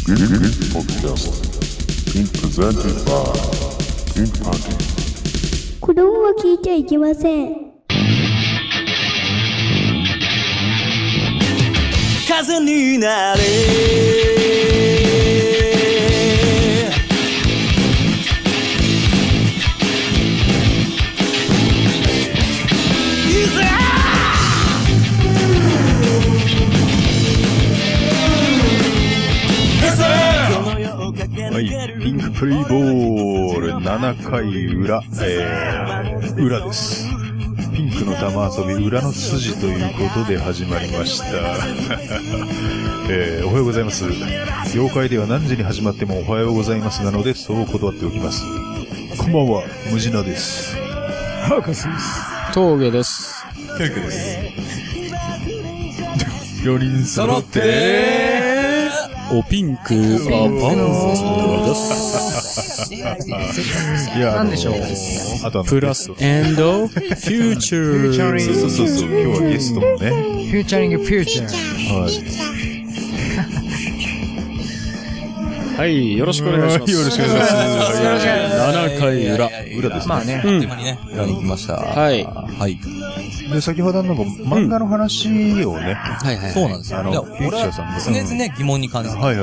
This podcast being presented by Pink Party。 子供は聞いちゃいけません。 風になれはい、ピンクプレイボール7回裏、裏です。ピンクの玉遊び裏の筋ということで始まりました。おはようございます。業界では何時に始まってもおはようございますなのでそう断っておきます。こんばんは、ムジナです。 ハーカスです。 峠です。 ケイクです。4人揃っておピンクアバンズです。 いや、 なんでしょう。 あとプラスエンドフューチャー。 そう。今日はゲストもね。 フューチャリングフューチャー。 はい。 はい、よろしくお願いします。 よろしくお願いします。 7回裏。 裏ですね。 まあね。 あっという間にね、裏に行きました。 はい。 はい。 で、先ほどなんか漫画の話をね。 はいはい。 そうなんですよ。 フューチャーさんが。 常々疑問に感じてはいはい。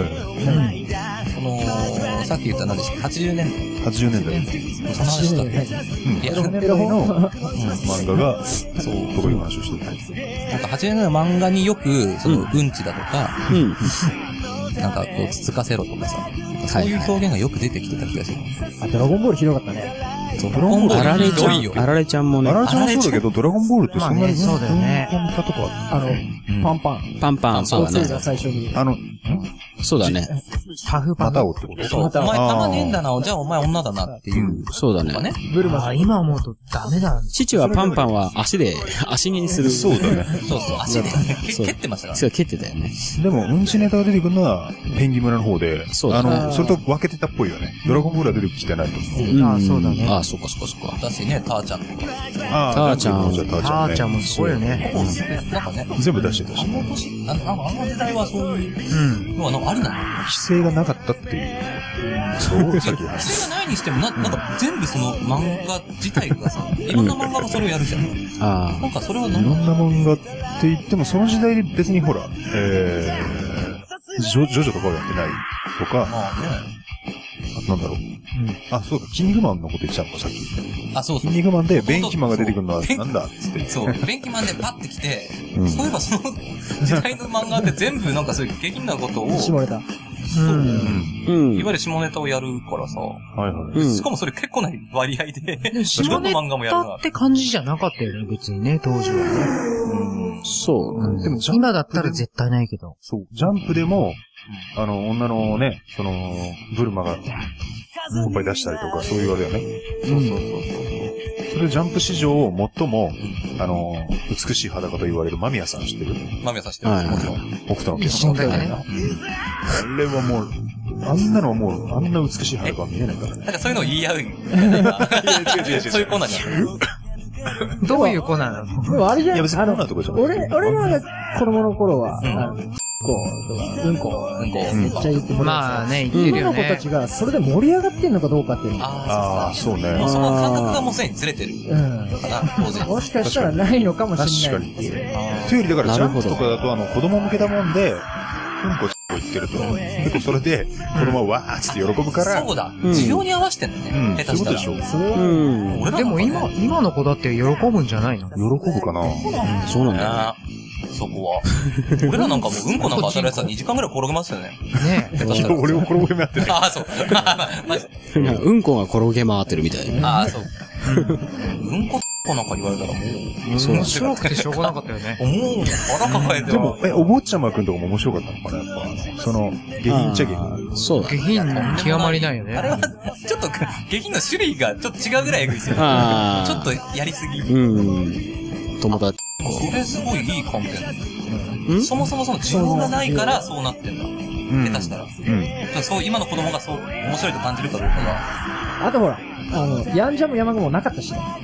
さっき言った何でしたっけ ?80 年代。 80年代。 その話したっけ 80年代の漫画が、そう、こういう話をしてる。 なんか80年代の漫画によく、その、うんちだとか、なんかこう、つつかせろとかさ、そういう表現がよく出てきてた気がする。 あ、ドラゴンボールひどかったね。 ドラゴンボールあられちゃひどいよん、あられちゃんもね。 あられちゃんもそうだけど、ドラゴンボールってそんなにそうだよね。 文化とかパンパン。 パンパン、そうだね。 が最初に。 そうだね。 パフパフ。 またをってことそう、お前玉ねえんだな、じゃあお前女だなっていう。 そうだね。 ブルマ。今思うとダメだ。 父はパンパンは足にする。 そうだね。 そう、足で蹴ってましたから。 そう、蹴ってたよね。 でも、うんちネタが出てくるのは、ペンギン村の方で、 そうだね。 それと分けてたっぽいよね。ドラゴンボールは出てきてないと思う。 ああ、そうだね。 ああ、そっか。 だしね、ターちゃんとか。 ターちゃん。 ターちゃんもすごいよね。 なんかね。 全部出してたし。 あの年、なんかあの時代はそういうのはなんかありなの？ 規制がなかったっていう。そう、さっき規制がないにしても、なんか全部その漫画自体がさ、いろんな漫画がそれをやるじゃん。 ああ。 なんかそれはいろんな漫画って言っても、その時代に別にほら、ジョジョとかはやってないとか、 まあね。 なんだろう。あ、そうか、筋肉マンのこと言ってたのか、さっき。 あ、そう。 筋肉マンで、ベンキマンが出てくるのはなんだっつって。 そう。ベンキマンでパッて来て、そういえばその時代の漫画って全部なんかそういう下品なことを、 絞れた。 そう。いわうん。 ゆる下ネタをやるからさ。 はいはい。 しかもそれ結構な割合で、 下ネタって感じじゃなかったよね、別にね、当時はね。 そう。 でも今だったら絶対ないけど。 そう。ジャンプでも、女のね、ブルマが、おっぱい出したりとか、そういうあれよね。そう。それジャンプ史上、最も、美しい裸と言われる間宮さん知ってる？ 間宮さん知ってる。もちろん。 北斗の拳。 一瞬だよね。 あれはもう、あんなのはもう、あんな美しい裸は見えないからね。 なんかそういうのを言い合う。 違う。 そういうコーナーじゃん。 どういう子なの？でもあれじゃん。 いや別にコーナーとかじゃない。 俺らが子供の頃は、うんこめっちゃ言ってまあね、言ってるよね。今の子たちがそれで盛り上がってんのかどうかっていうの。 ああ、そうね。 もうその感覚がもうすでにずれてる。かな、当然。 もしかしたらないのかもしれない。 確かに。というより、だからジャンプとかだと、子供向けだもんで、うんこ言ってると、結構それで、子供はわーっつって喜ぶから。 そうだ。需要に合わせてんだね。下手したら。 そういうことでしょ。 うん。 でも今の子だって喜ぶんじゃないの？ 喜ぶかな？ そうなんだ。 そこは。俺らなんかもううんこなんか当たるやつは2時間ぐらい転げますよね。 ねえ。 俺も転げ回ってる。 ああ、そう。マジうんこが転げ回ってるみたいな。 ああ、そう。うんこなんか言われたらもう、 面白くてしょうがなかったよね。 もう、腹抱えてでも、お坊ちゃまくんとかも面白かったのかな、やっぱ。下品っちゃ下品。 そうだ。 下品極まりないよね。 あれは、ちょっと、下品の種類がちょっと違うぐらいエグいですよ。ちああ。 ょっとやりすぎ。 友達。 それすごいいい観点。そもそもその需要がないからそうなってんだ。下手したら。そう、今の子供がそう、面白いと感じるかどうかが。 あとほら、ヤンジャもヤマゴもなかったしね。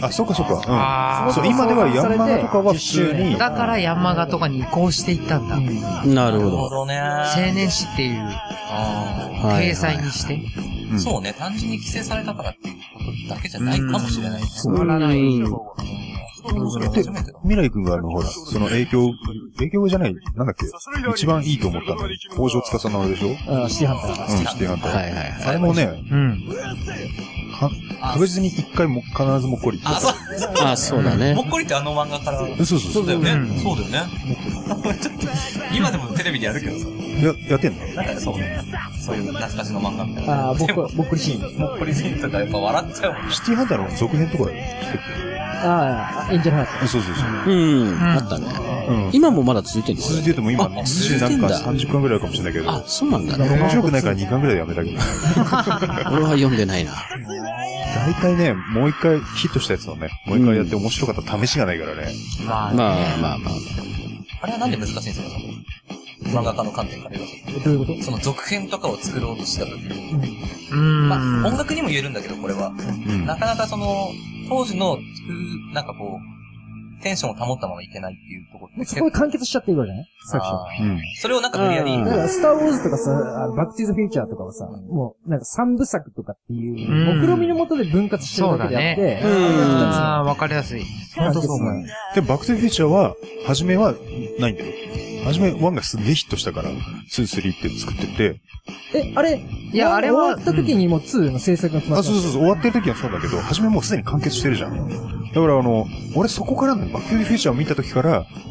あ、そうかそうか。そう、今ではヤンマガとかは普通に。 だからヤンマガとかに移行していったんだ。 なるほど。 ね。 青年誌っていう、体裁にして。 そうね、単純に規制されたからっていうことだけじゃないかもしれない。 つまらない。 未来くんがほら、その影響じゃない、なんだっけ、一番いいと思ったの。北条司のあれでしょ？ シティハンター。 シティハンター。 はいはい。 あれもね、確実に一回も必ずもっこり。 あ、そうだね。 もっこりって漫画から。 そうだよね。そうだよね。今でもテレビでやるけどさ。 やってんの？ なんかそういう懐かしの漫画みたいな。 もっこりシーン。 もっこりシーンとかやっぱ笑っちゃうもん。 シティハンターの続編とかエンジェルハート。 そう。 あったね。今もまだ続いてるんですか？ 続いてても今、なんか30巻ぐらいかもしれないけど。 あ、そうなんだね。 面白くないから2巻ぐらいでやめたけど。 俺は読んでないな。 大体ね、もう一回ヒットしたやつをね、もう一回やって面白かった試しがないからね。 まあ。 あれはなんで難しいんですか？漫画家の観点から言うと。 どういうこと？ その続編とかを作ろうとした時に。音楽にも言えるんだけど、これは。なかなか当時の、なんかこう、テンションを保ったままいけないっていうところ。 そこで完結しちゃってるわけじゃない作者。 それをなんか無理やり。 だから、スターウォーズとかさ、バックトゥーザフューチャーとかはさ、もう、なんか3部作とかっていう、目論見のもとで分割してるだけであって、 わかりやすい。 本当そう思う。 で、バックトゥーザフューチャーは、初めはないんだよ。初め1がすげえヒットしたから、2、3って作ってて。 あれ終わった時にもう2の制作が決まった。 そう、終わってる時はそうだけど、初めもうすでに完結してるじゃん。だから俺そこからのバックトゥーザフューチャーを見た時から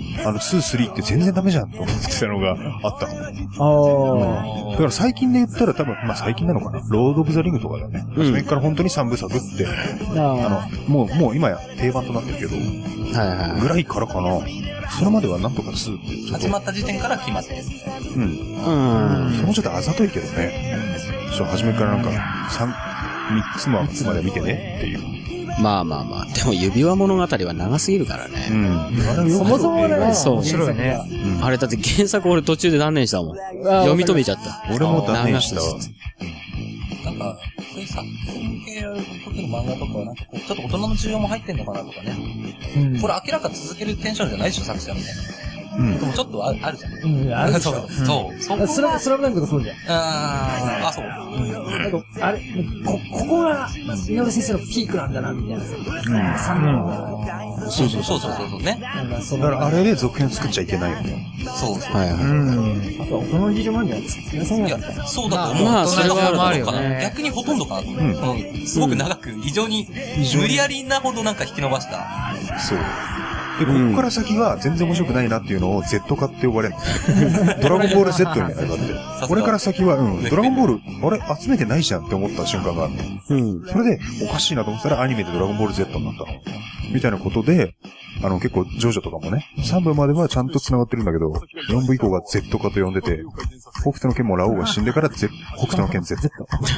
、2、3って全然ダメじゃんと思ってたのがあったの。だから最近で言ったら多分、最近なのかな。ロード・オブ・ザ・リングとかだよね。初めから本当に3部作って、もう今や定番となってるけど、ぐらいからかな。それまではなんとか2って。 始まった時点から決まってる。 そのちょっとあざといけどね。初めからなんか、3つまで見てねっていう。 まあ。でも指輪物語は長すぎるからね。 そもそもね、 そう。 面白いね。 あれだって原作俺途中で断念したもん。読み止めちゃった。 俺も断念したわ。 なんか、そういう作品系やる時の漫画とかはなんかこう、ちょっと大人の需要も入ってんのかなとかね。これ明らか続けるテンションじゃないでしょ、作者みたいな。でもちょっとあるじゃん。 あるでしょ。 そう。 スラムダンクとかそうじゃん。 そう。 あれ、ここが、井上先生のピークなんだな、みたいな。 そうね。 だからあれで続編作っちゃいけないよね。 そう。 あとは大人の事情もあるんじゃないですか。皆さんが。 そうだと思う。 まあ、それはあるよね。逆にほとんどかなと思う。すごく長く、異常に、無理やりなほどなんか引き伸ばした。 そう。で、ここから先は全然面白くないなっていうのを Z 化って呼ばれるの。ドラゴンボール Z みたいなのがあって。これから先は、ドラゴンボール、あれ集めてないじゃんって思った瞬間があるの。それで、おかしいなと思ったらアニメでドラゴンボール Z になったの。みたいなことで、結構、ジョジョとかもね、3部まではちゃんと繋がってるんだけど、4部以降が Z 化と呼んでて、北斗の剣もラオウが死んでから北斗の剣 Z。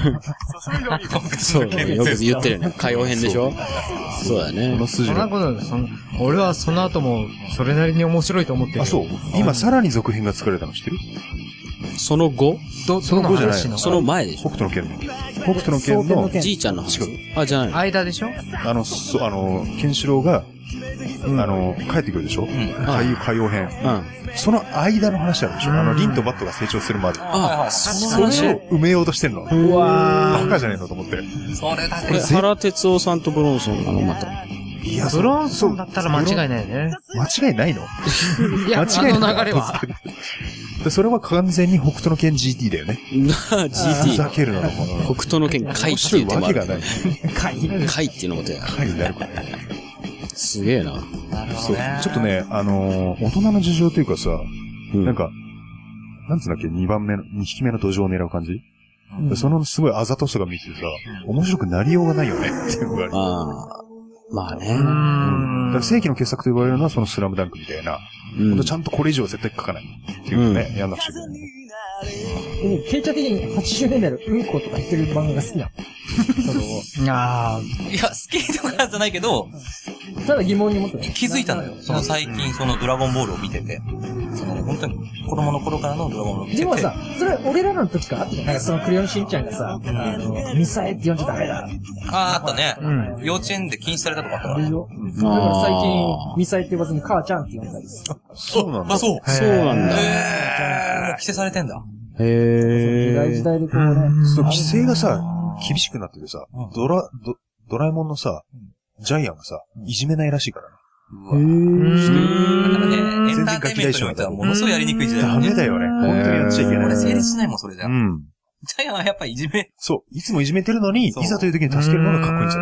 そうね。よく言ってるね。海王編でしょ？そうだね。 この筋が。 俺はその後も、それなりに面白いと思ってる。 あ、そう。今さらに続編が作られたの知ってる？ その後？ その後じゃないの。 その前でしょ？ 北斗の剣の。北斗の剣のじいちゃんの話。あ、じゃないの。 間でしょ？ ケンシロウが、帰ってくるでしょ？海王編。その間の話あるでしょ？リンとバットが成長するまで。それを埋めようとしてんの。うわー。バカじゃねえのと思って。 それだけ。 これ、原哲夫さんとブロンソンまた。 いや、ブロンソンだったら間違いないよね。 間違いないの？ いや、間違いない。流れは。 それは完全に北斗の剣 GT だよね。 GT。 ふざけるなのかな。 北斗の剣貝って言ってもある。貝っていうのもて。 貝になるからね。 すげえな。 そう。ちょっとね、大人の事情というかさ、なんか、なんつうんだっけ、2匹目の土壌を狙う感じ？そのすごいあざとさが見ててさ、面白くなりようがないよねっていうのがある。 まあね。 だから世紀の傑作と言われるのはそのスラムダンクみたいな。ちゃんとこれ以上は絶対書かないっていうのね、やんなくちゃいけないね。 ケイチャー的に80年代のうんことか言ってる漫画が好きなの。 いや、好きとかじゃないけど、 ただ疑問に思って気づいたのよ。最近ドラゴンボールを見てて。 その、本当に子供の頃からのドラゴンボールを見てて。 でもさ、それ俺らの時からあったじゃん。なんかそのクレヨンしんちゃんがさ、ミサエって呼んじゃダメだ。 あったね。幼稚園で禁止されたとかあったから。 でしょ？だから最近、ミサエって呼ばずに母ちゃんって呼んだり。 そうなんだ。 あ、そう。 そうなんだ。 もう規制されてんだ。 時代時代でこうね。 そう、規制がさ、厳しくなっててさ、ドラえもんのさ、ジャイアンがさ、いじめないらしいからね。 だからね、エンターテインメントにおいてはものすごいやりにくい時代ダメだよね。本当にやっちゃいけない。 俺成立しないもん、それじゃ。 うん。 ジャイアンはやっぱりいじめ。 そう。いつもいじめてるのに、いざという時に助けるのがかっこいいんじゃ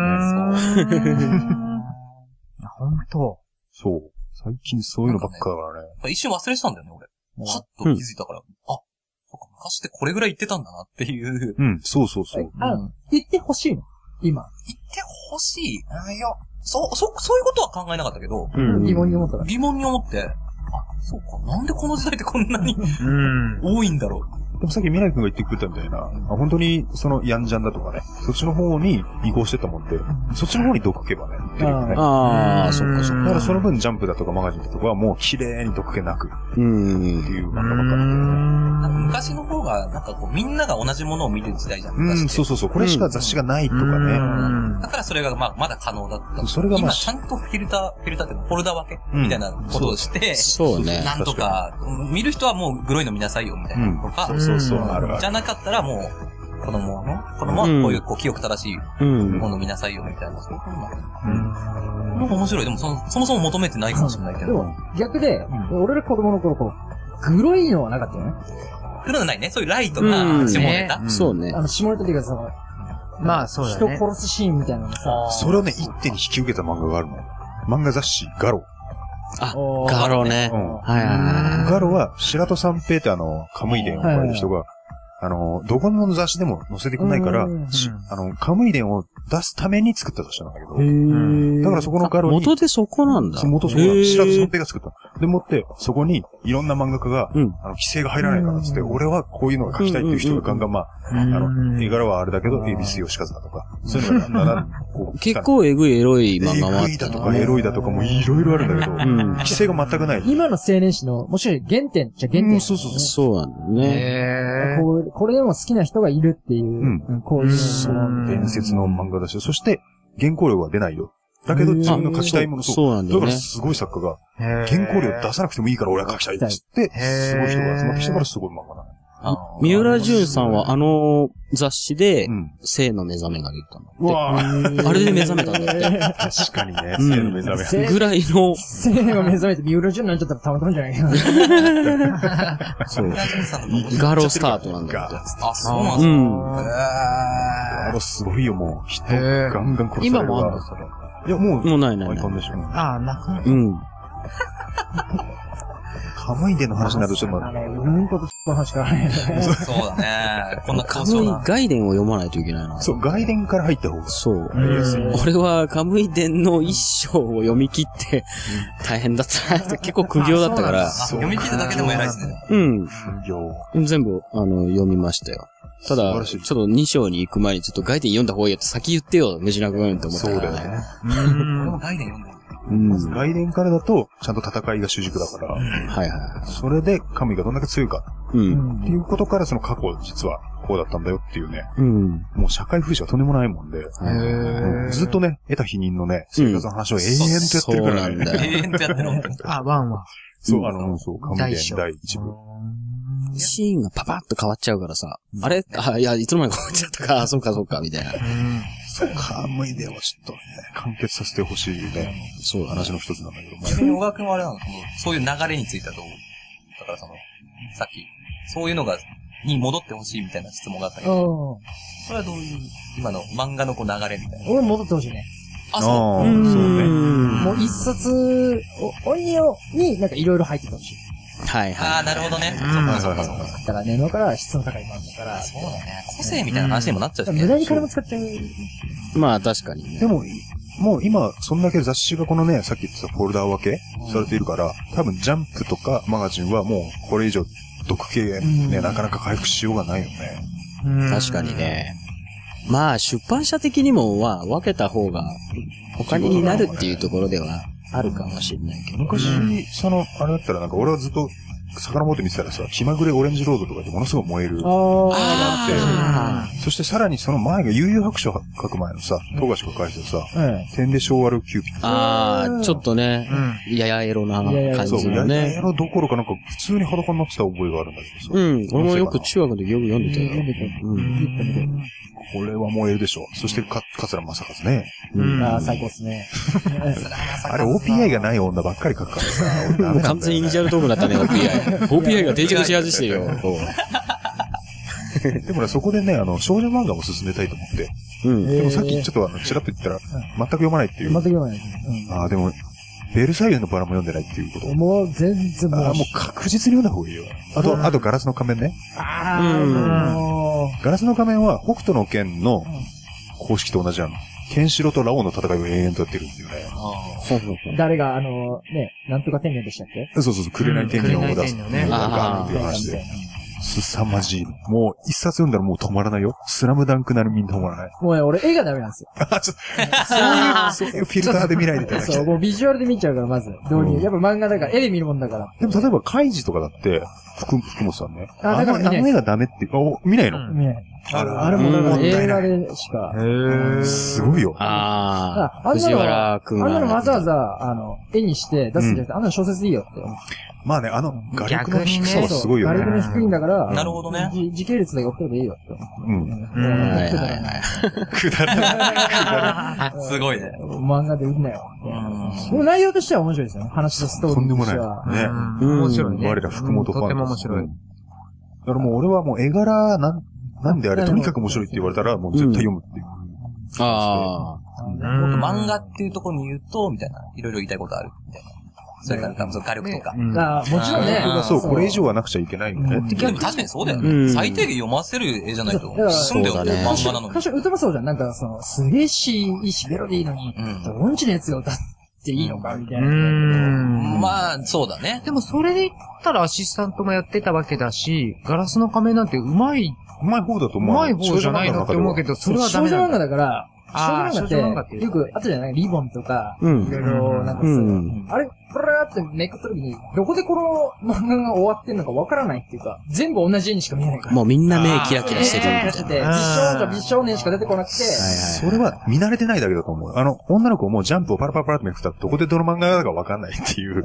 ないほんと。 そう。最近そういうのばっかだからね。 一瞬忘れてたんだよね、俺。はっと気づいたから。あ、そっか、昔ってこれぐらい言ってたんだなっていう。 うん、そうそうそう。 言ってほしいの今。 言ってほしい。いや、そういうことは考えなかったけど、 疑問に思ったら。 疑問に思って、あ、そうか、なんでこの時代ってこんなに多いんだろう。 でもさっき未来君が言ってくれたみたいな、本当にそのヤンジャンだとかね、そっちの方に移行してったもんで、そっちの方に毒気はね、っていうね。 ああ、そっかそっか。 だからその分ジャンプだとかマガジンだとかはもう綺麗に毒気なく、っていう漫画ばっかりなんか昔の方が、なんかこう、みんなが同じものを見る時代じゃん。 そうそうそう。これしか雑誌がないとかね。 だからそれがまだ可能だった。 それが今ちゃんとフィルターっていうか、フォルダ分けみたいなことをして、 そうね。 なんとか、見る人はもうグロいの見なさいよ、みたいなとか。 そう、あるある。 じゃなかったらもう、子供はこういう清く正しいものを見なさいよ、みたいな。そういうことなんか面白い。でもそもそも求めてないかもしれないけど。 でも、逆で、俺ら子供の頃こう、グロいのはなかったよね。 グロいのないね。そういうライトな下ネタ。 そうね。 下ネタっていうかさ、 まあそうだね。 人殺すシーンみたいなのさ。 それをね、一手に引き受けた漫画があるの。漫画雑誌、ガロ。 あ、ガロね。はい。 ガロは、白戸三平ってカムイ伝を書いた人が、どこの雑誌でも載せてくんないから、カムイ伝を出すために作った雑誌なんだけど、だからそこのガロに。 元でそこなんだ。 元そこだ。白戸三平が作った。でもって、そこにいろんな漫画家が、規制が入らないからつって、俺はこういうのが書きたいっていう人がガンガン絵柄はあれだけど、恵比寿吉和だとか、そういうのがだんだん結構エグいエロい漫画もあった。 エグいだとかエロいだとかもいろいろあるんだけど、規制が全くない。 今の青年誌の、もし原点じゃ原点。 そうなんだね。 これでも好きな人がいるっていう、こういう。 伝説の漫画だし、そして原稿料は出ないよ。だけど自分の書きたいものそうなんだよね。 だからすごい作家が、原稿料出さなくてもいいから俺は書きたいっつって、すごい人が集まってきたからすごい漫画だね。 三浦淳さんは雑誌で、性の目覚めができたの。あれで目覚めたんだって。 確かにね、性の目覚め。 ぐらいの。 性が目覚めて三浦淳になっちゃったらたまたまじゃないけど。 そう。ガロスタートなんだって。 あ、そうなんですか。 ガロすごいよ、もう。人ガンガン殺される。 今もあんのそれ。 いや、もうない。 ああ、なくなった。 カムイ伝の話になるとちょっと待って。 うんことの話からね。 そうだね。こんなカムイ外伝を読まないといけないな。 そう、外伝から入った方が。 そう。俺はカムイ伝の一章を読み切って大変だったなって結構苦行だったから。 読み切っただけでも偉いですね。 全部、読みましたよ。ただ、ちょっと2章に行く前にちょっと外伝読んだ方がいいよって先言ってよ、ムジナ君って思ったからね。 そうだよね。 俺も外伝読んだよ。 外伝からだと、ちゃんと戦いが主軸だから、 はいはい。 それで神がどんだけ強いか、っていうことからその過去実はこうだったんだよっていうね、もう社会風刺はとんでもないもんで、ずっとね、得た否認のね、生活の話を永遠とやってるからね。 永遠とやってるの。 あ、ワンは。 そう、神伝第一部。 シーンがパパッと変わっちゃうからさ、あれいや、いつの間に変わっちゃったか、そうか、みたいな。 そう、カムイ伝はちょっとね、完結させてほしいね。そう、話の一つなんだけど。 ちなみに小川くんはあれなの？そういう流れについてはどう？だからさっき、そういうのに戻ってほしいみたいな質問があったけど、それはどういう、今の漫画のこう流れみたいな。 俺戻ってほしいね。 あ、そう。そうね。 もう一冊、おいよになんかいろいろ入っててほしい。 はいはい。 ああ、なるほどね。そうか。だからね、だから質の高い漫画だから。 そうだね。個性みたいな話にもなっちゃうしね。 無駄に金も使っちゃう。 まあ確かにね。 でも、もう今、そんだけ雑誌がこのね、さっき言ってたフォルダー分けされているから、多分ジャンプとかマガジンはもうこれ以上毒系ね、なかなか回復しようがないよね。 確かにね。まあ出版社的にもは分けた方が他になるっていうところではあるかもしれないけど。 昔、あれだったらなんか俺はずっと遡って見てたらさ、気まぐれオレンジロードとかでものすごい燃える。あって、そしてさらにその前が悠々白書書く前のさ、富樫が書いてたさ、天で昭和のキューピッド。 ちょっとね、ややエロな感じのね。 そう、ややエロどころかなんか普通に裸になってた覚えがあるんだけどさ。俺もよく中学の時よく読んでたよ。 これは燃えるでしょ。そして桂正和ね。 最高っすね。 あれ OPI がない女ばっかり書くからさ。 完全にイニシャルトークだったね、OPI。OPI が定着し始してるよ。 でもね、そこでね、少女漫画も進めたいと思って。でもさっきちょっとちらっと言ったら、全く読まないっていう。 全く読まない。 でも、ベルサイユのバラも読んでないっていうこと。 もう全然もう確実に読んだ方がいいよ。あとガラスの仮面ね。ガラスの仮面は北斗の拳の公式と同じなの。ケンシロウとラオウの戦いを延々とやってるんだよね。 誰がなんとか天元でしたっけ？ そう、紅天元を出す。ガンっていう話で。凄まじい。もう一冊読んだらもう止まらないよ。スラムダンクなるみんな止まらない。 もうね、俺絵がダメなんですよ。 そういうフィルターで見ないでいただきたい。 そう、もうビジュアルで見ちゃうから、まず。導入。やっぱ漫画だから、絵で見るもんだから。 でも例えば、カイジとかだって、福本さんね。 だから絵がダメって、見ないの？ 見ない。あれもだから映画でしか。 すごいよ。 藤原くんが。 あんなのわざわざ、絵にして出すんじゃなくて、あんなの小説でいいよって思う。 まあね、画力の低さはすごいよね。 画力の低いんだから、 なるほどね。 時系列で寄ってればいいよって思う。くだらない。すごいね。 漫画で売んなよ。その内容としては面白いですよね。話のストーリーとしては。 とんでもない。 ね。面白いね。 我ら福本ファン。 とても面白い。 だからもう俺はもう絵柄なんであれとにかく面白いって言われたらもう絶対読むっていう。 もっと漫画っていうところに言うと、みたいな。いろいろ言いたいことあるみたいな。それからその火力とか。 もちろんね。 そう、これ以上はなくちゃいけないよね。 でも確かにそうだよね。最低限読ませる絵じゃないと。進んでよ、漫画なのに。 歌詞歌もそうじゃん。なんかすげえいいし、ベロでいいのに、音痴のやつが歌っていいのかみたいな。 まあ、そうだね。 でもそれで言ったらアシスタントもやってたわけだし、ガラスの仮面なんてうまい方だと思う。 うまい方じゃないのって思うけど、それはダメ少女漫画だから、 少女漫画ってよく、あとじゃないリボンとか、いろいろ、なんかあれ、プラーってめくった時に、どこでこの漫画が終わってんのかわからないっていうか、全部同じ絵にしか見えないから。 もうみんな目キラキラしてるみたいな。美少年しか出てこなくて。 それは見慣れてないだけだと思う。女の子もジャンプをパラパラパラってめくったら、どこでどの漫画だかわかんないっていう。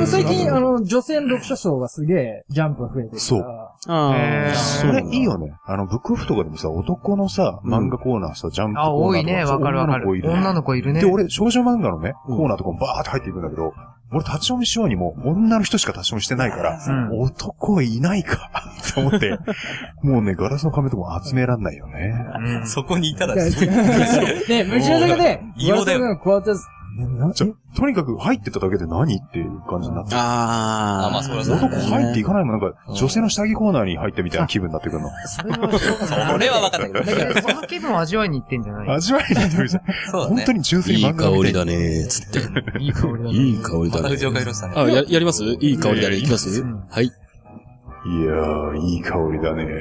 最近、女性の読者層がすげえ、ジャンプが増えてるから。 そう。それいいよね。ブックオフとかでもさ、男のさ、漫画コーナーさ、ジャンプコーナーとか。 多いね、わかる。女の子いるね。 で、俺、少女漫画のね、コーナーとかもバーって入っていくんだけど、俺立ち読みしようにも、女の人しか立ち読みしてないから、男いないかと思って、もうね、ガラスの仮面とかも集めらんないよね。 そこにいたらすごい。 ね、無事の中で、ガラスの仮面こうやって、 とにかく入ってただけで何っていう感じになって。 まあそれはそう。 男入っていかないもん、なんか、女性の下着コーナーに入ってみたいな気分になってくるの。 それは分かんないけど。 だから、その気分を味わいに行ってんじゃない？ 味わいに行ってるじゃん。そうだね。本当に純粋に漫画いい香りだねー、つって。 いい香りだね。 いい香りだね。 藤岡弘さんね。 やります？いい香りだね。いきますはい。 いやー、いい香りだね。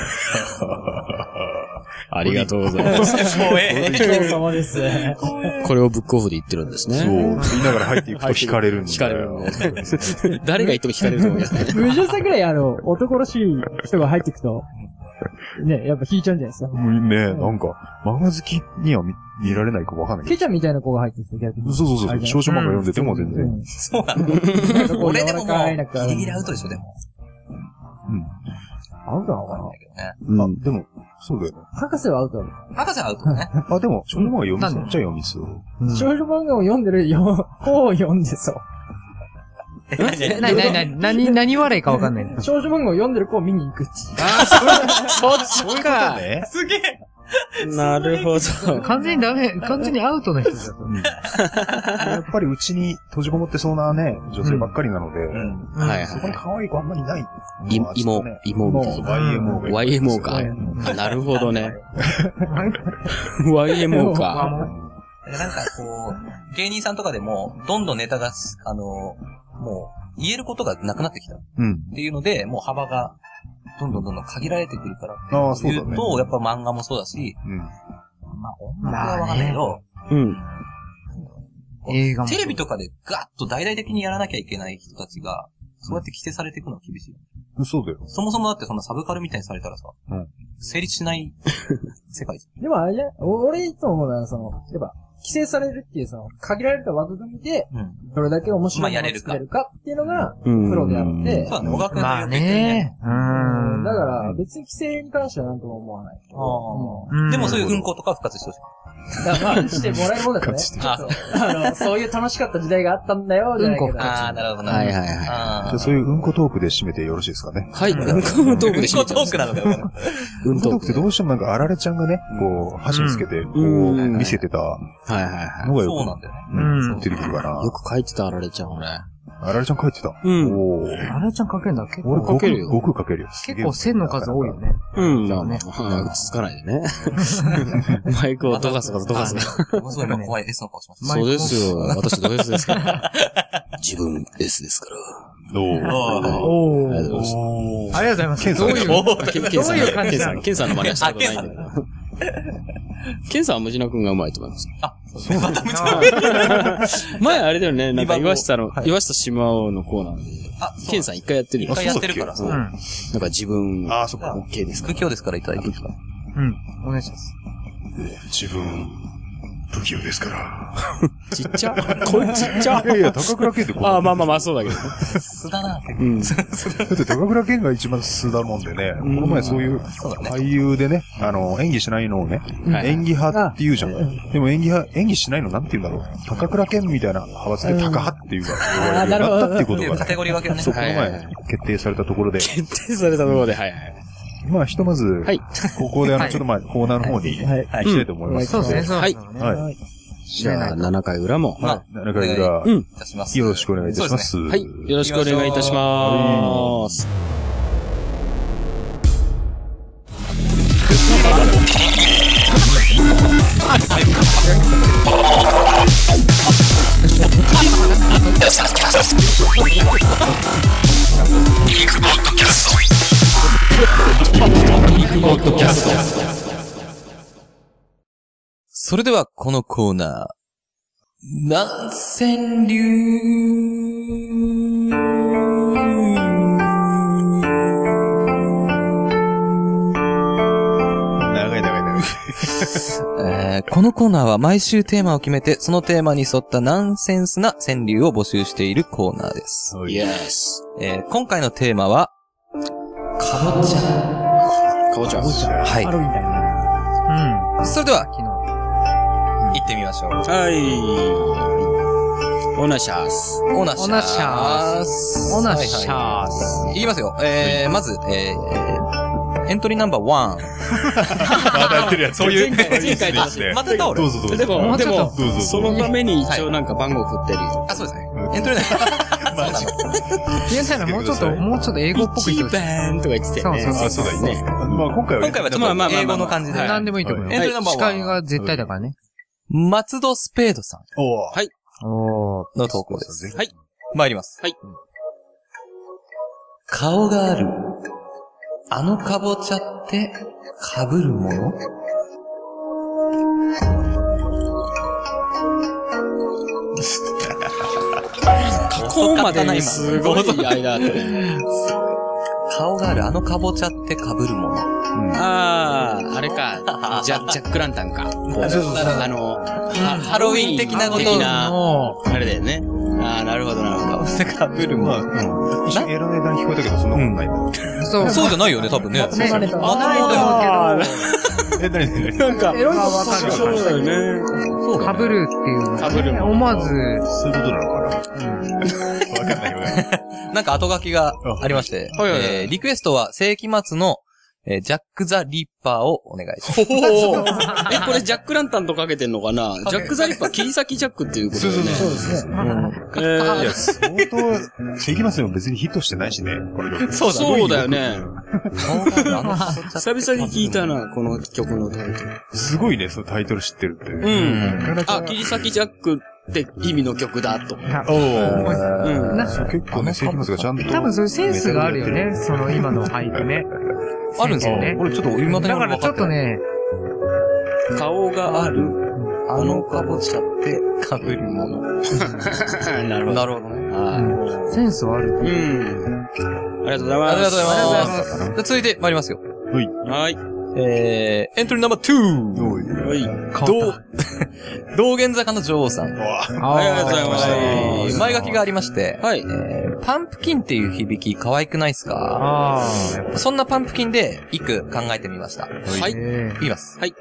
ありがとうございます。 お疲れ様です。 これをブックオフで言ってるんですね。 そう。言いながら入っていくと惹かれるんだよ。 惹かれるんだよ。誰が言っても惹かれると思いますね。 無情さぐらい男らしい人が入っていくと、ね、やっぱ引いちゃうんじゃないですか。 ね、なんか、漫画好きには見られないかわかんないけど。 ケちゃんみたいな子が入ってきて逆に。 そう。少女漫画読んでても全然。 そうなの。俺でももう、ギリギリアウトでしょ、でも。 アウトなのかな？ でも、そうだよね。 博士はアウトだね。 博士はアウトだね。 でも、少女漫画読みそうっちゃ読みそう。 少女漫画を読んでる方を読んでそう。 何笑いかわかんない。 少女漫画を読んでる子を見に行くっていう。 そっちか。 すげえ。 なるほど。 完全にアウトの人だと。 やっぱりうちに閉じこもってそうなね、女性ばっかりなので、 はいそこに可愛い子あんまりいない。 芋みたいな。YMO か。なるほどね。YMO か。 なんかこう、芸人さんとかでも、どんどんネタが、もう、言えることがなくなってきた。っていうので、もう幅が、どんどん限られてくるからっていうと、やっぱ漫画もそうだし、まあ音楽はわかんないけど、 映画もテレビとかでガッと大々的にやらなきゃいけない人たちが、 そうやって規制されていくのは厳しいよ。 そうだよ。 そもそもだってそんなサブカルみたいにされたらさ、成立しない世界じゃん。 でもあれじゃない俺いつも思うのは、やっぱ、規制されるっていう限られた枠組みで、どれだけ面白いものを作れるかっていうのが、プロであって、 そうだね、小学まあね。 だから別に規制に関しては何とも思わない。 でもそういう運行とか復活してほしい。 だからまあ、してもらえるもんだったね。そういう楽しかった時代があったんだよ、じゃないけど。 ああ、なるほどな。 はいはいはい。 じゃあそういううんこトークで締めてよろしいですかね。 はい、うんこトークで締めて。 うんこトークなのかよ。 うんこトークってどうしてもなんかあられちゃんがね、こう、箸につけて、こう、見せてたはいはいはい。 のがそうなんだよね。 出てくるかな。 よく書いてた、あられちゃん、俺。 あられちゃん書いてた。 あれちゃん書けんだっけ俺書けるよ。 5書けるよ。 結構線の数多いよね。 だね。つかないでね。マイクをどかすからどかすから。 ものすごい今怖い S の顔しました。 そうですよ。私ド S ですから。自分 S ですから。 おー。ありがとうございます。 ケンさん。 どういう感じなの？ ケンさんの真似はしたことないんだけど。ケンさんはムジナ君がうまいと思います。 あ、そうなんだ。 前あれだよね、なんか岩下島尾のコーナーで。ケンさん一回やってるよ。 一回やってるからさ。 なんか自分、 そっか。 OK ですか？ 不況ですからいただいていいですか？ お願いします。 自分、不器用ですから。 ちっちゃこれちっちゃいや、高倉健ってまあ、そうだけど。 素だな。 だって高倉健が一番素だもんでね、この前そういう俳優でね、演技しないのをね、演技派って言うじゃん。でも演技しないのなんて言うんだろう。高倉健みたいな派閥で高派っていうか、呼ばれるようになったっていうことが、 カテゴリー分けをね。 そう、この前決定されたところで。 決定されたところで、はいはい。 まあ、ひとまず、ここでちょっとコーナーの方に行きたいと思います。 そうですね、そうはい。 はい。 じゃあ、7回裏も。 7回裏、よろしくお願いいたします。 はい。よろしくお願いいたします。 それではこのコーナー、南川流このコーナーは毎週テーマを決めて、そのテーマに沿ったナンセンスな川柳を募集しているコーナーです。今回のテーマは、かぼちゃ。 かぼちゃ。 はい。 ハロウィンだよね。 それでは、行ってみましょう。 はい。オナシャース。 オナシャース。 オナシャース。 いきますよ。まず、エントリーナンバー1。 またやってるやつ。そういう。 前回ですね。また倒れ。 どうぞどうぞ。 でも、そのために一応なんか番号振ってるよ。 あ、そうですね。エントリーナンバー。そうなの。 皆さんもうちょっと英語っぽく言ってほしい。 1番とか言ってたよね。 そうだね。まあ今回はちょっと英語の感じで。 何でもいいと思うよ。 エントリーナンバー1。 司会が絶対だからね。 松戸スペードさん。 はい。 の投稿です。 はい。 参ります。 はい。 顔がある。あのかぼちゃって被るもの？ ここまでにすごい間あって。 顔があるあのかぼちゃって被るもの。 あれか。ジャックランタンか。 ハロウィン的なことの、 あれだよね。なるほどなるほど。 かぼちゃ被るもの。 一瞬エロネタに聞こえたけど、そんなことないんだ。 そうじゃないよね、多分ね。 まとめた。 何なんか、 エロいことそうだよね。 そうだね。 被るっていう。 被るもの。 思わず。 そういうことなのかな。わかんないよね。 なんか後書きがありまして、リクエストは世紀末のジャック・ザ・リッパーをお願いします。 これジャックランタンとかけてんのかな？ジャック・ザ・リッパー、切り裂きジャックっていうことだよね。 そうですね。 いや、相当、世紀末でも別にヒットしてないしね、これ曲。 そうだよね。久々に聞いたな、この曲のタイトル。 すごいね、そのタイトル知ってるって。 切り裂きジャックって意味の曲だと。 結構ね、世紀末がちゃんと。 多分そういうセンスがあるよね、その今の俳句ね。 あるんですかね。俺ちょっと今だからちょっとね、 顔がある、 あのかぼちゃって被るもの。 なるほど。 なるほどね。 はい。センスはある。 ありがとうございます。 ありがとうございます。続いて参りますよ。 はい。 エントリーナンバー2。 はい。 道玄坂の女王さん。 ありがとうございます。 前書きがありまして、 はい。 パンプキンっていう響き可愛くないですか？そんなパンプキンで一句考えてみました。はい。いきます。はい。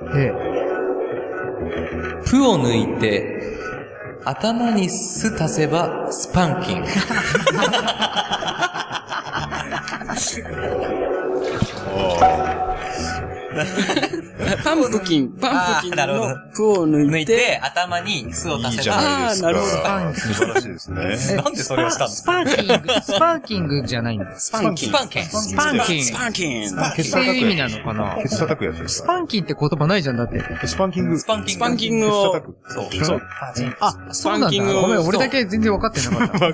プを抜いて、頭にス足せばスパンキン。 パンプキンのプを抜いて、 頭にスを足せば。 なるほど。 素晴らしいですね。 なんでそれをしたんですか？ スパーキングじゃないんだ。 スパンキン。 っていう意味なのかな？ ケツ叩くやつですか？ スパンキンって言葉ないじゃんだって。 スパンキング。 スパンキングを。 そう。 そうなんだ。ごめん、俺だけ全然分かってなかった。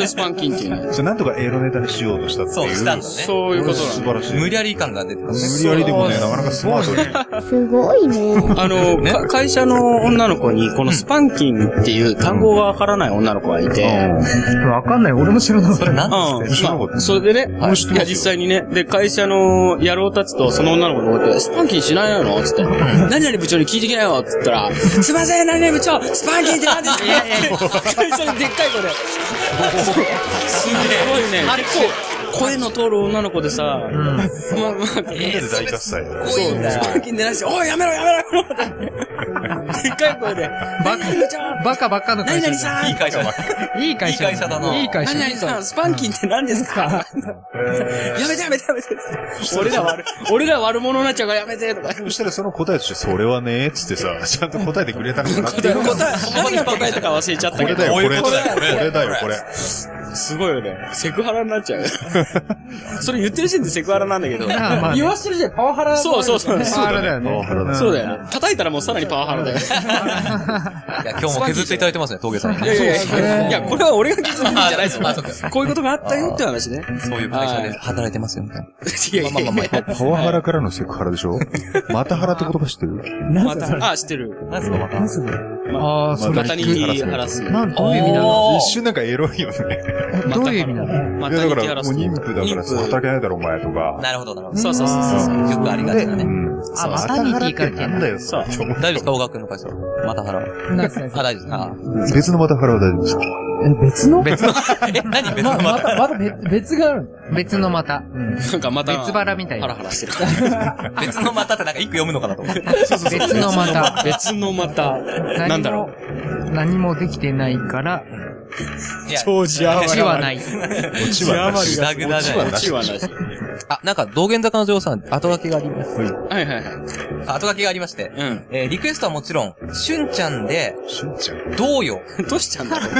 スパンキンっていうね。 じゃなんとかエロネタにしようとしたっていう。 そう、したんだね。 そういうことなんだ。 素晴らしい。 無理やり感が出てますね。無理やりでもね、なかなかスマートに。 すごいね。 会社の女の子に、このスパンキンっていう単語がわからない女の子がいて。 わかんない。俺も知らなかった。 それ何ですか？ それでね、いや実際にね、で、会社の野郎たちとその女の子にこうやって、スパンキンしないのつって。何々部長に聞いてきなよつったら、すいません、何々部長、スパンキンって何ですか？会社にでっかい子で。すごいね。声の通る女の子でさ、 みんなで大喝采。 そう、スパンキンでないし、おい、やめろでっかい声で、 バカばっかの会社。 いい会社だ。 いい会社だな。いい会社。 何々さん、スパンキンって何ですか？やめて。俺ら悪者になっちゃうからやめてとか。 そしたらその答えとして、それはね、つってさ、ちゃんと答えてくれたのかなっていう。 何が答えたか忘れちゃったけど。 これだよ、これ。 すごいよね。セクハラになっちゃう。それ言ってる時点でセクハラなんだけど。 言わしてるじゃん、パワハラ。 そう。 パワハラだよね。 そうだよね。叩いたらもうさらにパワハラだよ。 いや、今日も削っていただいてますね、峠さんに。 いや、これは俺が削ってんじゃないですよ。こういうことがあったよって話ね。 そういう会社で働いてますよ、みたいな。 いや。 パワハラからのセクハラでしょ？またハラって言葉知ってる？ 知ってる。 何ですか、また。 マタニティハラス。 どういう意味なの？ 一瞬なんかエロいよね。 どういう意味なの？ マタニティハラス。 もう妊婦だから働けないだろ、お前とか。 なるほど。 そう。 よくありがちだね。 マタニティからなんだよ、 そう。 大丈夫ですか、大川君の会社は。また腹は。 大丈夫大丈夫です。 別のまた腹は大丈夫ですか？ 別の何別のまたまた別がある別のまた。 なんかまた。 別腹みたいな。 ハラハラしてる。 別のまたってなんか一句読むのかなと思って。 別のまた。 別のまた。なんだろう。何もできてないから、 長寿余り。オチはない。 オチはなし。 グダグダじゃない。 オチはなし。 なんか、道玄坂の女王さん、後書きがあります。 はい。 後書きがありまして。リクエストはもちろん、しゅんちゃんで、どうよ。 どうしちゃうんだろう。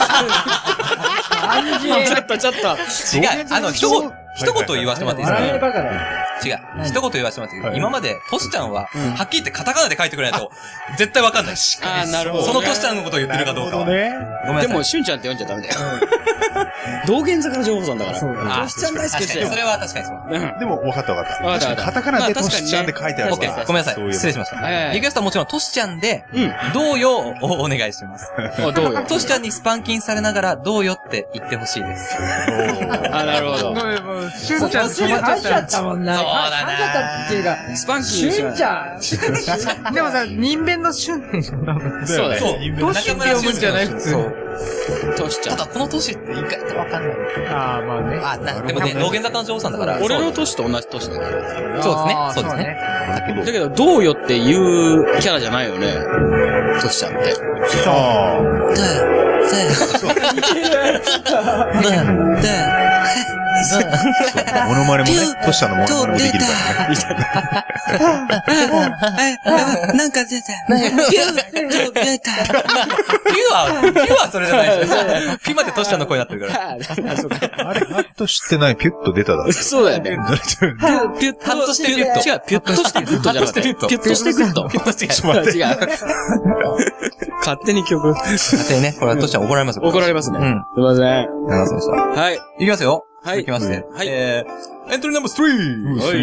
ちょっと。 違う。一言言わせてもらっていいですか？違う。一言言わせてもらっていいですか？今まで、トシちゃんは、はっきり言ってカタカナで書いてくれないと、絶対わかんない。 なるほど。 そのトシちゃんのことを言ってるかどうかは。ごめんなさい。 でも、しゅんちゃんって読んじゃダメだよ。道玄坂の女王さんだから。トシちゃん大好きですよ。 それは確かにそう。 でも、わかった。カタカナでトシちゃんで書いてあるから。 ごめんなさい。失礼しました。リクエストはもちろん、トシちゃんで、どうよをお願いします。 どうよ。 トシちゃんにスパンキンされながら、どうよって言ってほしいです。 なるほど。 しゅんちゃん止まっちゃったもんな。そうだな。 っていうか、 スパンキンしゅんちゃん。 でもさ、人弁のしゅんでしょ。 そうだよ。 トシって読むんじゃない普通。 トシちゃん。 ただ、このトシって意外とわかんない。 まあね。 でもね、道玄坂の女王さんだから。 俺のトシと同じトシだよ。 そうですね。 だけど、どうよっていうキャラじゃないよね。トシちゃんって。 モノマネもね、トシちゃんのモノマネもできるからね。 なんか出た。ピュはそれじゃないですよ。ピュまでトシちゃんの声になってるから。 あれ、ハッとしてない、ピュッと出ただ。 そうだよね。 ピュッとしてピュッと。 違う、ピュッとしてグッドじゃなくて。ピュッとしてグッド。 ピュッとして違う。勝手に曲。 勝手にね、これはトシちゃん怒られますよ。 怒られますね。すいません。 すいませんでした。 はい。 いきますよ。 はい。 いきまして。 はい。 エントリーナンバー3。 はい。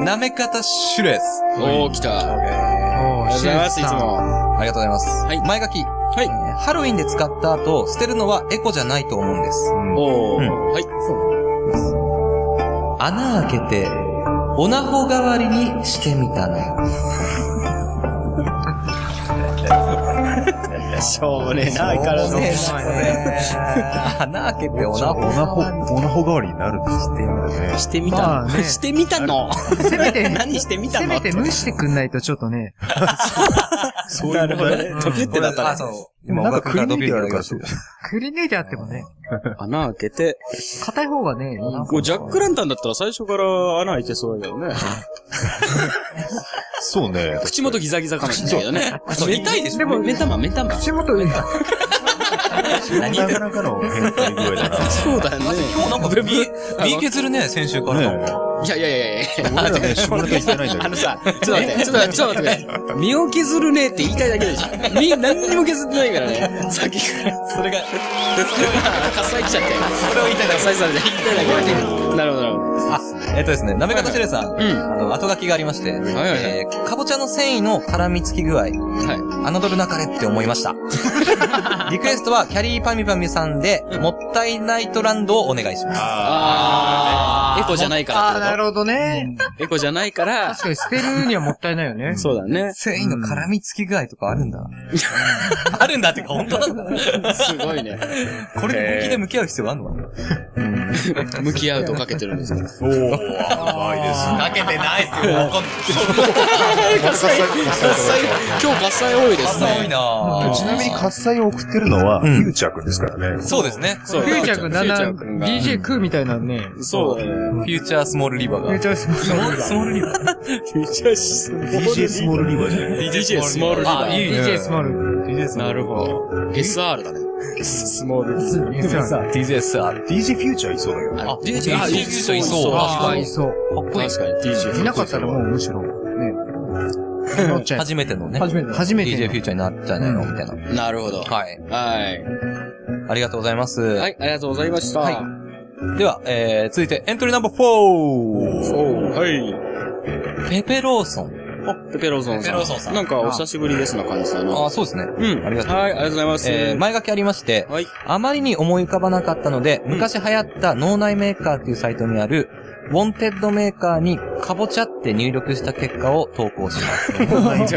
なめ方シュレス。 来た。ありがとうございます、いつも。 ありがとうございます。 はい。 前書き。 はい。 ハロウィンで使った後、捨てるのはエコじゃないと思うんです。 おー。はい。 穴開けて、オナホ代わりにしてみたの。 しょうもねえな、相変わらず。 穴開けてオナホ代わりになるんですね。 してみたの。してみたの。 せめて、 何してみたの。 せめて蒸してくんないとちょっとね。 そういうことね。ドキってなったら。 今なんかくり抜いてあるからそう。 くり抜いてあってもね。 穴開けて。 硬い方がね、いい。 もうジャックランタンだったら最初から穴開いてそうだけどね。 そうね。 口元ギザギザかもしれないけどね。 痛いでしょ。 でも、 目玉。 口元上だ。 なかなかの変態具合だな。 そうだよね。 今日なんか身削るね、先週から。 いや。 俺らね、下ネタ言ってないんだけど。 さ、ちょっと待って。身を削るねって言いたいだけでしょ。何にも削ってないからね。さっきから。それが、喝采来ちゃって。それを言いたいだけ。喝采されて言いたいだけで。なるほど。 ですね、なめかたしれさん。後書きがありまして。かぼちゃの繊維の絡みつき具合。はい。侮るなかれって思いました。リクエストは、キャリーパミパミさんで、もったいないトランドをお願いします。 エコじゃないからってこと。 なるほどね。 エコじゃないから。 確かに捨てるにはもったいないよね。 そうだね。 繊維の絡みつき具合とかあるんだ。あるんだってか、本当なんだ。 すごいね。 これで本気で向き合う必要があるのかな。 向き合うとかけてるんですよ。 おー、甘いです。 かけてないっすよ。 今日喝采多いですね。 多いなちなみに喝采を送ってるのは、フューチャー君ですからね。 そうですね。 フューチャー君、だんだん DJ 食うみたいなね。 そうだね。 フューチャースモールリバーが。 フューチャースモールリバー。 DJ スモールリバーじゃない DJ スモールリバー。 あ、いいね。 DJ スモール。 なるほど。SR だね。スモール。 TJSR。 DJ フューチャーいそうだけどね。 あ、DJ フューチャーいそう。 確かにそう。 確かに DJ。 いなかったらもうむしろ、ね。 初めてのね。 初めて。 DJ フューチャーになっちゃいないのみたいな。 なるほど。 はい。 はい。 ありがとうございます。 はい、ありがとうございました。はい。 では、続いてエントリーナンバー 4。 はい。 ペペローソン。 ペペローソンさん。なんかお久しぶりですな感じだな。 あ、そうですね。 うん。 ありがとう。 はい、ありがとうございます。 前書きありまして、はい。あまりに思い浮かばなかったので、昔流行った脳内メーカーっていうサイトにある、ウォンテッドメーカーにカボチャって入力した結果を投稿します。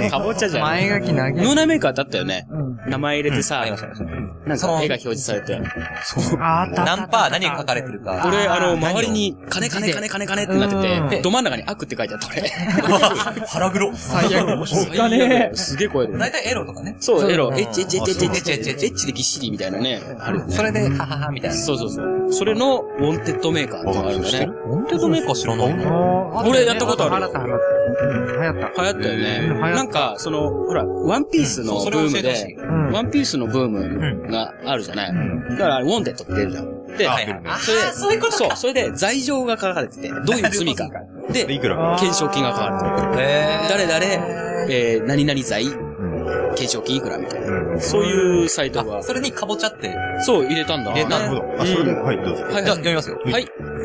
カボチャじゃん。 前書き投げ。 脳内メーカーだったよね。名前入れてさ、 ありました。 なんか絵が表示されて。 そう。あった。 何パー何が書かれてるか。 俺、周りに、金ってなってて、ど真ん中に悪って書いてあった俺。 腹黒。 最悪。 お金すげえ声で。 だいたいエロとかね。 そう、エロ。エッチでぎっしりみたいなね。あるよね。 それで、ははは、みたいな。 そう。それの、ウォンテッドメーカーってのがあるんだね。 ウォンテッドメーカー知らないの？ 俺やったことある。 流行ったよね。なんか、ほら、ワンピースのブームで、ワンピースのブームがあるじゃない。だから、ウォンテッドって出るじゃん。で、 そういうことか。 それで、罪状が書かれてて、どういう罪か。で、懸賞金が書かれてる。誰、何々罪、懸賞金いくらみたいな。そういうサイトが。 それにカボチャって。 そう、入れたんだ。 なるほど。 あ、それで、はい、どうぞ。 じゃあ、読みますよ。 はい。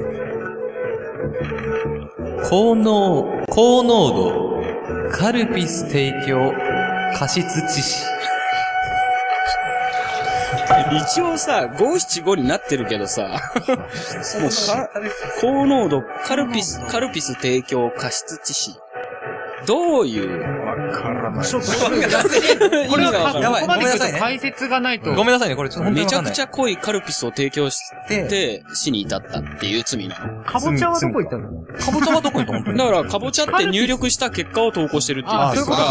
高濃度、カルピス提供、過失致死。 一応さ、575になってるけどさ、もう高濃度、カルピス提供、過失致死。どういうわからない。 ちょっと、これは、やばい。ごめんなさいね。 解説がないと。 ごめんなさいね、これちょっとめちゃくちゃ濃いカルピスを提供して、死に至ったっていう罪なの。 カボチャはどこ行ったの？ カボチャはどこ行ったの？ だから、カボチャって入力した結果を投稿してるっていうことだから、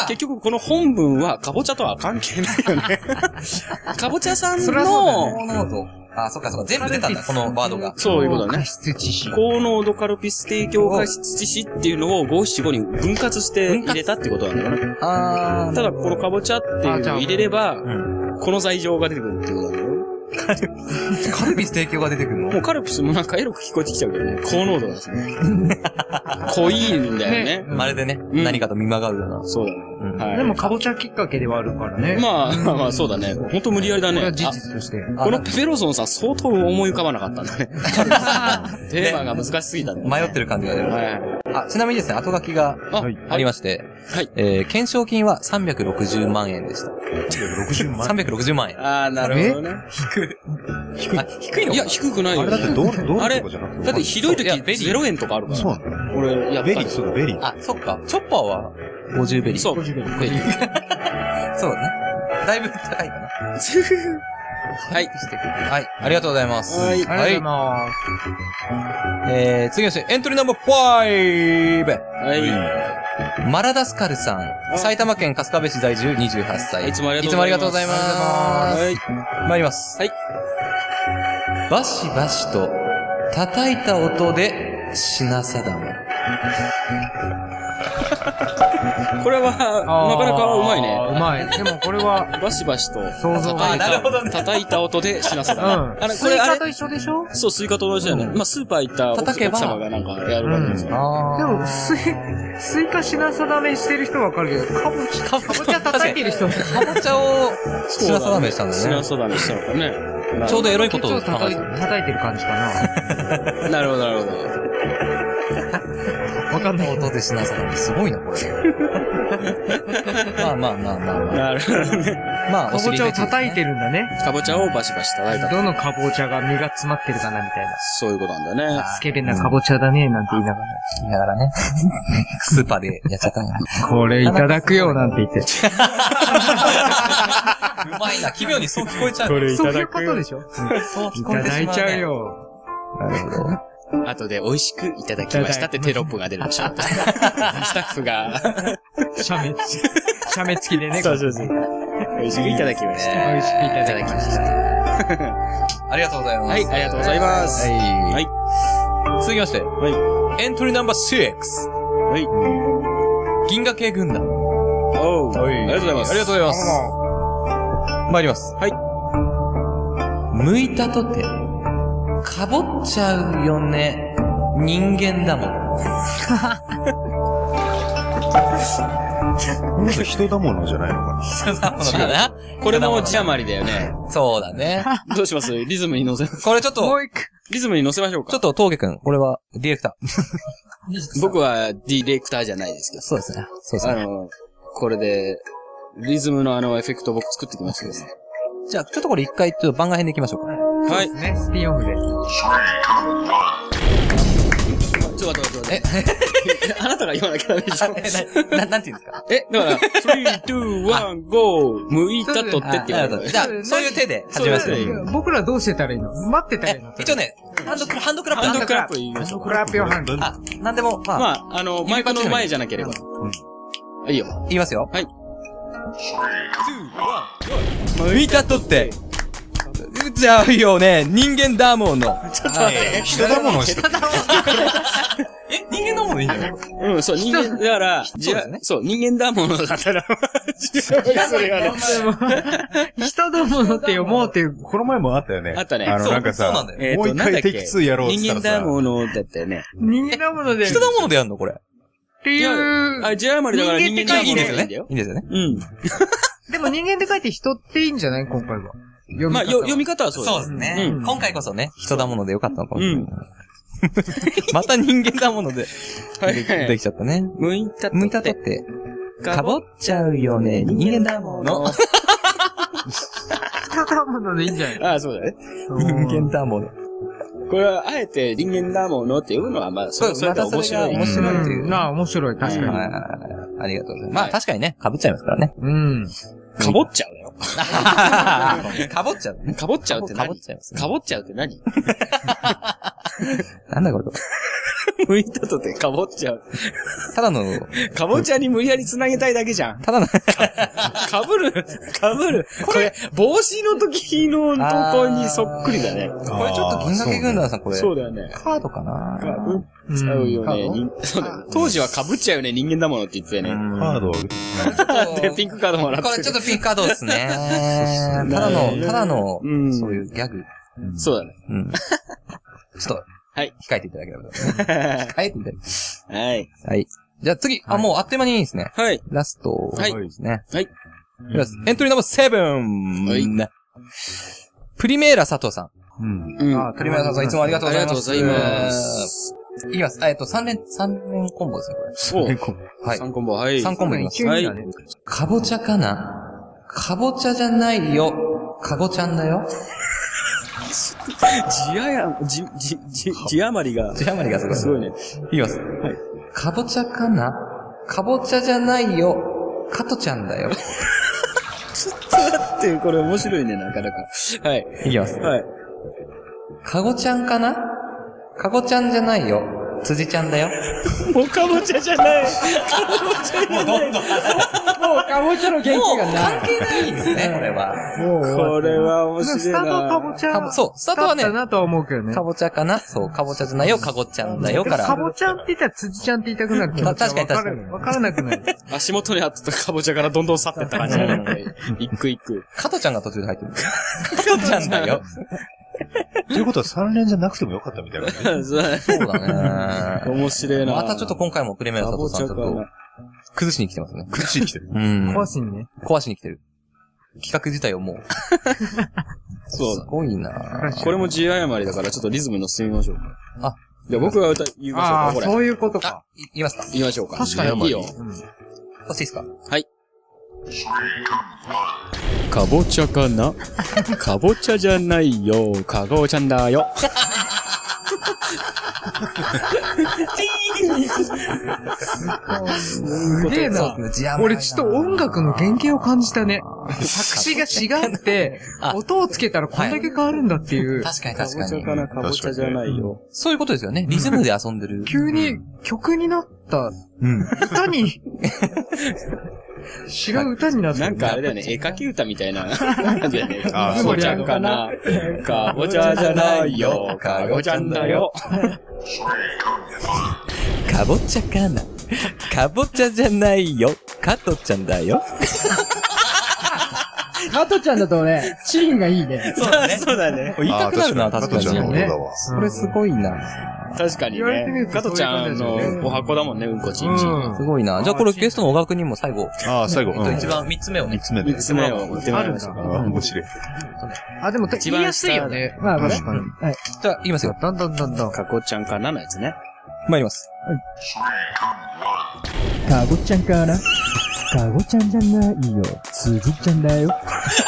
結局この本文はカボチャとは関係ないよね。カボチャさんの、 高濃度。あ、そっか。全部出たんだ、このワードが。 そういうことね。 過失致死。 高濃度カルピス提供過失致死っていうのを575に分割して入れたってことなんだよね。ただ、このカボチャっていうのを入れれば、この罪状が出てくるってことなんだよ。 カルピス提供が出てくるの？ もうカルピスもなんかエロく聞こえてきちゃうけどね。高濃度なんですね。濃いんだよね。 まるでね、何かと見まがうような。 そうだね。 でもカボチャきっかけではあるからね。 まあ、そうだね。ほんと無理やりだね。 これは事実として。 このペペロソンさん相当思い浮かばなかったんだね。テーマが難しすぎたね。 迷ってる感じが出る。ちなみにですね、後書きがありまして、検証金は360万円でした。 360万。 360万円。 あー、なるほどね。 低い。あ、低いのかいや、低くないよ。 あれだってどうあれとかじゃなくて。 だってひどい時いやベリー 0円とかあるから。 そうなんだよ。 俺、やったりベリー、そうだ、ベリー。 あ、そっか。チョッパーは50ベリー。 そう。 ベリー。そうだね。だいぶ高いかな。 はい。 はい。ありがとうございます。 はいありがとうございます。 次の人、エントリーナンバー5。 はい。 マラダスカルさん。埼玉県春日部市在住28歳。 いつもありがとうございます。 いつもありがとうございます。 はい。 参ります。 はい。 バシバシと叩いた音で品定め。 これは、なかなかうまいね。 うまい。でもこれは、 バシバシと、 想像が叩いた音で品定め。 うん。 こスイれあれカと一緒でしょそう、スイカと同じだよね。まあ、スーパー行った叩けば奥様がなんかやるわけですよ。 でも、スイカ品定めしてる人はわかるけど、かぼちゃ叩いてる人は、 かぼちゃを品定めしたんだ品ね。 定めしたのかね。 ちょうどエロいことをちょっと叩いてる感じかな。 なるほど、なるほど。 わかんない音で品定め。すごいな、これ。まあ。 なるほどね。 まあ、 かぼちゃを叩いてる。 るんだね。 かぼちゃをバシバシ叩いた。 どのかぼちゃが身が詰まってるかなみたいな。 そういうことなんだね。 スケベなかぼちゃだね、なんて言いながら。 言いながらね。スーパーでやっちゃったね。 これいただくよ、なんて言って。 うまいな。奇妙にそう聞こえちゃう。 そういうことでしょそう聞いこえてしまう、ね。 ただいちゃうよ。 なるほど。 後で美味しくいただきましたってテロップが出るでしょ。スタッフが。 写メ付きでね。 そう。美味しくいただきました。 美味しくいただきました。 ありがとうございます。 はい、ありがとうございます。 はい。 はい。 続きまして。エントリーナンバー6。 はい。 銀河系軍団。 おう。ありがとうございます。 ありがとうございます。参ります。 はい。 剥いたとて、かぼっちゃうよね。人間だもん。 この人人だものじゃないのかな。 人だものだな。 これも字余りだよね。 そうだね。 どうしますリズムに乗せ、 これちょっと、 リズムに乗せましょうか。 ちょっと峠くん、これはディレクター。 僕はディレクターじゃないですけど。 そうですね。そうですね。 これで、リズムのエフェクト僕作ってきますけどね。 じゃあ、ちょっとこれ一回、ちょっと番外編でいきましょうか。 はい。 ね、スピンオフで。 ちょっと待って。あなたが言わなきゃダメでしょ。 なんて言うんですかだから、3、2、1、GO! 剥いたとってって言われる。 じゃあ、そういう手で始めますね。 僕らどうしてたらいいの待ってたらいいの一応ね、ハンドクラップ。 ハンドクラップ言いましょう。 クラップよ、ハンド。 あ、なんでも、まあ。 まあ、マイクの前じゃなければ。いいよ。 言いますよ。 はい。 剥いたとって、うちゃうよね、人間だもの。 ちょっと待って。 人だものしてる。 人間だものいいんだよ。 うん、そう、人間、だから、そう、人間だものだったら、それがね。 人どものって読もうっていう。 この前もあったよね。 あったね。 なんかさ、もう一回テイク2やろうって言ったらさ。 人間だものだったよね。 人間だもので。 人だものでやんのこれ。 っていう。 あ、字余りだから人間だものいいですよね。いいですよね。 うん。 でも人間で書いて人っていいんじゃない今回は。 まあ、読み方はそうです。 そうですね。今回こそね、人だものでよかったのかもしれない。また人間だもので、できちゃったね。 剥いたとって、 かぼっちゃうよね、人間だもの。 人だものでいいんじゃないああ、そうだね。 人間だもの。 これは、あえて人間だものっていうのは、まあ、それが面白い。 面白いという。 なあ、面白い。確かに。 ありがとうございます。まあ、確かにね、かぶっちゃいますからね。 うん。 かぼっちゃうだよ。 かぼっちゃう。 かぼっちゃうって何？ かぼっちゃいます。 かぼっちゃうって何？ なんだこれ。 剥いたとてかぼっちゃう。 ただの、 かぼちゃに無理やり繋げたいだけじゃん。 ただの、 かぶる。これ、帽子の時のとこにそっくりだね。 これちょっと銀河系軍団さん、これ。 そうだよね。 カードかなかぶっちゃうよね。そうだよ。当時はかぶっちゃうよね、人間だものって言ってたよね。 カードで、ピンクカードもらってこれちょっとピンクカードですね。ただの、そういうギャグ。 そうだね。 ちょっと、はい。控えていただければ。控えていただきます。 はい。 はい。じゃあ次、もうあっという間にいいですね。 はい。 ラストですね。 はい。 エントリーナンバー7。はい。プリメーラ佐藤さん。プリメーラ佐藤さん、いつもありがとうございます。 ありがとうございます。 いきます。3連コンボですね、これ。 そう。はい。3コンボ、はい。 3コンボいきます。はい。かぼちゃかなかぼちゃじゃないよ。かごちゃんだよ。 字余りが。 字余りがすごいね。 いきます。はい。かぼちゃかな？かぼちゃじゃないよ。かとちゃんだよ。 ちょっと待って、これ面白いね、なかなか。はい。 いきます。 はい。 かごちゃんかな？かごちゃんじゃないよ。辻ちゃんだよ。 もうかぼちゃじゃない。かぼちゃじゃない。 もうかぼちゃの元気がない。 関係ないですね、これは。 これは面白いな。 スタートはかぼちゃ。 そう、スタートはね。 だったなとは思うけどね。 かぼちゃかな？そう、かぼちゃじゃないよ、かごちゃんだよから。 かぼちゃんって言ったら辻ちゃんって言いたくなるけど。 確かに。 わからなくなる。 足元にあったかぼちゃからどんどん去ってった感じだね。一句一句。 かとちゃんが途中で入ってる。かとちゃんだよ。 ということは3連じゃなくてもよかったみたいなね。 そうだね。 面白いな。 またちょっと今回もプレミアム佐藤さんちょっと、崩しに来てますね。 崩しに来てる。 壊しにね。 壊しに来てる。企画自体をもう。 そう。 すごいなこれも字誤りだからちょっとリズム乗せてみましょうか。 あ。 じゃあ僕が言いましょうか、これ。 そういうことか。 言いますか？ 言いましょうか。 確かに。 いいよ。 押していいですか？ はい。かぼちゃかな？かぼちゃじゃないよ。かごちゃんだよ。 すげえな。俺ちょっと音楽の原型を感じたね。作詞が違って、音をつけたらこんだけ変わるんだっていう。 確かに。 かぼちゃかな？かぼちゃじゃないよ。 そういうことですよね。リズムで遊んでる。 急に曲になった。歌に。違う歌になった。 なんかあれだよね、絵描き歌みたいな感じだよね。かぼちゃんかな？かぼちゃじゃないよ。かごちゃんだよ。 かぼちゃかな？かぼちゃじゃないよ。かとちゃんだよ。 かとちゃんだとね、チーンがいいね。 そうだね。 言いたくなるな、確かに。 加トちゃんの音だわ。 これすごいな。 確かにね。加トちゃんのお箱だもんね、うんこちんちん。 すごいな。じゃあこれゲストの小川くんにも最後。 最後。 一番3つ目をね。 3つ目を言ってもらいました。 面白い。 でも言いやすいよね。 まあ確かに。 はい。 じゃあ、言いますよ。 だんだん。 かこちゃんかなのやつね。 参ります。 かごちゃんかな？かごちゃんじゃないよ。すずちゃんだよ。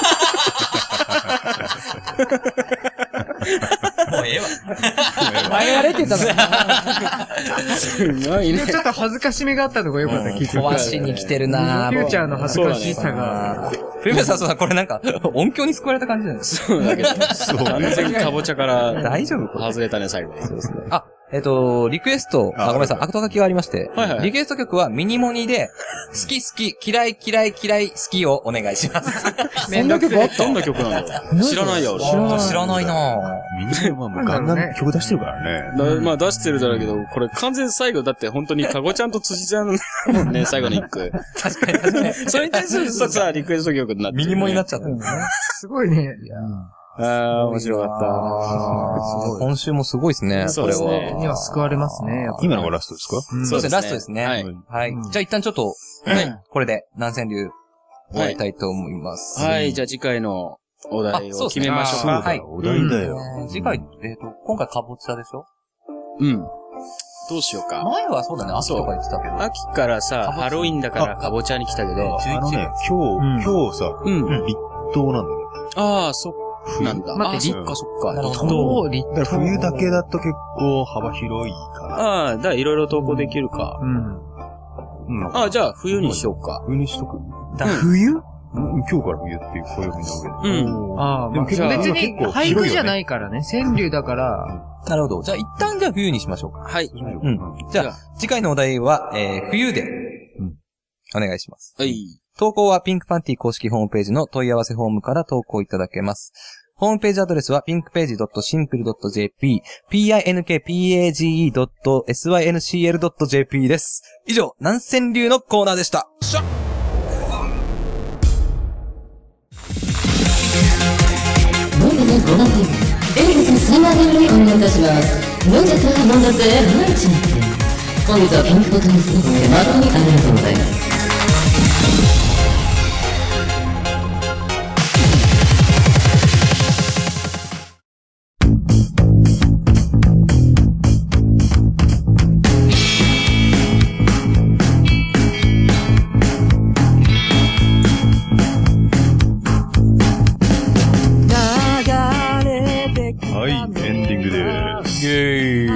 もうええわ。 前が出てたの。 すごいね。 ちょっと恥ずかしめがあったのがよかった、聞いて。 壊しに来てるなフューチャーの恥ずかしさが。 フューチャーさん、そうだ、これなんか、音響に救われた感じじゃないですか。 そうだけど。完全にかぼちゃから大丈夫外れたね、最後。 そうですね。リクエスト、ごめんなさい、後書きがありまして、リクエスト曲はミニモニで、好き好き、嫌い嫌い嫌い好きをお願いします。 そんな曲あった？ どんな曲なんだろう？知らないよ、 知らないなみんなはもうガンガン曲出してるからね。 まあ出してるだろうけど、これ完全最後だって本当にかごちゃんと辻ちゃんもんね、最後の一句。 確かに。 それに対するさ、リクエスト曲になってミニモニになっちゃったんだね。 すごいね。 面白かった。 今週もすごいですね、これは。 には救われますね。 今のがラストですか？ そうですね、ラストですね。はい。じゃあ一旦ちょっと、これで南千流終わりたいと思います。 はい、じゃあ次回のお題を決めましょうか。 はい。 お題だよ。 次回、今回かぼちゃでしょ？ うん。どうしようか。 前はそうだね、秋とか言ってたけど。 秋からさ、ハロウィンだからかぼちゃに来たけど。 今日さ、立冬なんだよ。 ああ、そっか。なんだ。 待って、 そっかそっか。 冬だけだと結構幅広いから。 ああ、だからいろいろ投稿できるか。ああ、じゃあ冬にしようか。 冬にしとく。 冬？ 今日から冬っていう暦なわけで。 ああ、別に俳句じゃないからね。川柳だから。 なるほど。じゃあ一旦じゃあ冬にしましょうか。 はい。 じゃあ次回のお題は、冬で、お願いします。 はい。 投稿はピンクパンティ公式ホームページの問い合わせフォームから投稿いただけます。ホームページアドレスは pinkpage.simple.jp pinkpage.syncl.jp です。以上、南千流のコーナーでした。 飲んでね、ごまけ。伝説のサマールールお願いいたします。飲んじゃったら飲んだぜ、はいちゃって。本日はピンクボトルスープで誠にありがとうございます。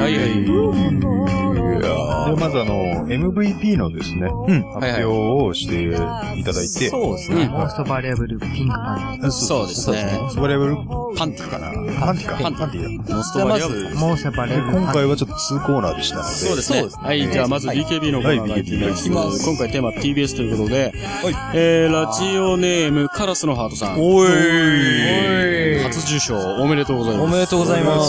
はいはい。 で、まずMVP のですね、発表をしていただいて。 そうですね。 モーストバリアブルピンクパンティ。 そうですね。 モーストバリアブルパンティかな。 パンティか。パンティだ。 モーストバリアブル。 モーストバリアブル。 今回はちょっと2コーナーでしたので。 そうですね。はい、じゃあまず BKB のコーナーがいきます。今回テーマ TBS ということで、ラジオネームカラスのハートさん。 おい。 初受賞おめでとうございます。 おめでとうございます。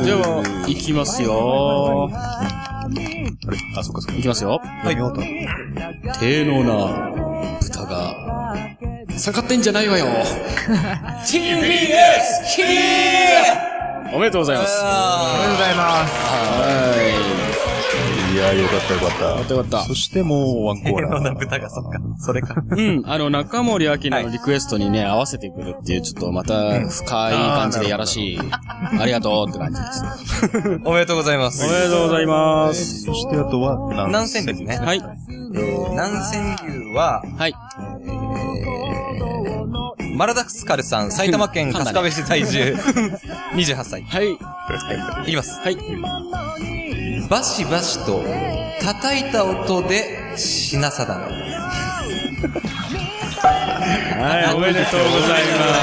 では、いきますよ。 あれあ、そっかそっか。 いきますよ。 はい。 低能な豚が、下がってんじゃないわよ。TBS キーおめでとうございます。 おめでとうございます。 いやー、よかったよかった。 よかったよかった。 そしてもうワンコーナー。 な豚が、そっか。それか。 中森明菜のリクエストにね、合わせてくるっていう、ちょっとまた深い感じでやらしい。ありがとうって感じです。 おめでとうございます。 おめでとうございます。 そしてあとは、 南千ですね。 はい。 南千牛は、 はい。 マラダスカルさん、埼玉県春日部市在住、28歳。 はい。 いきます。 はい。 バシバシと叩いた音で品定め。 はい、おめでとうございます。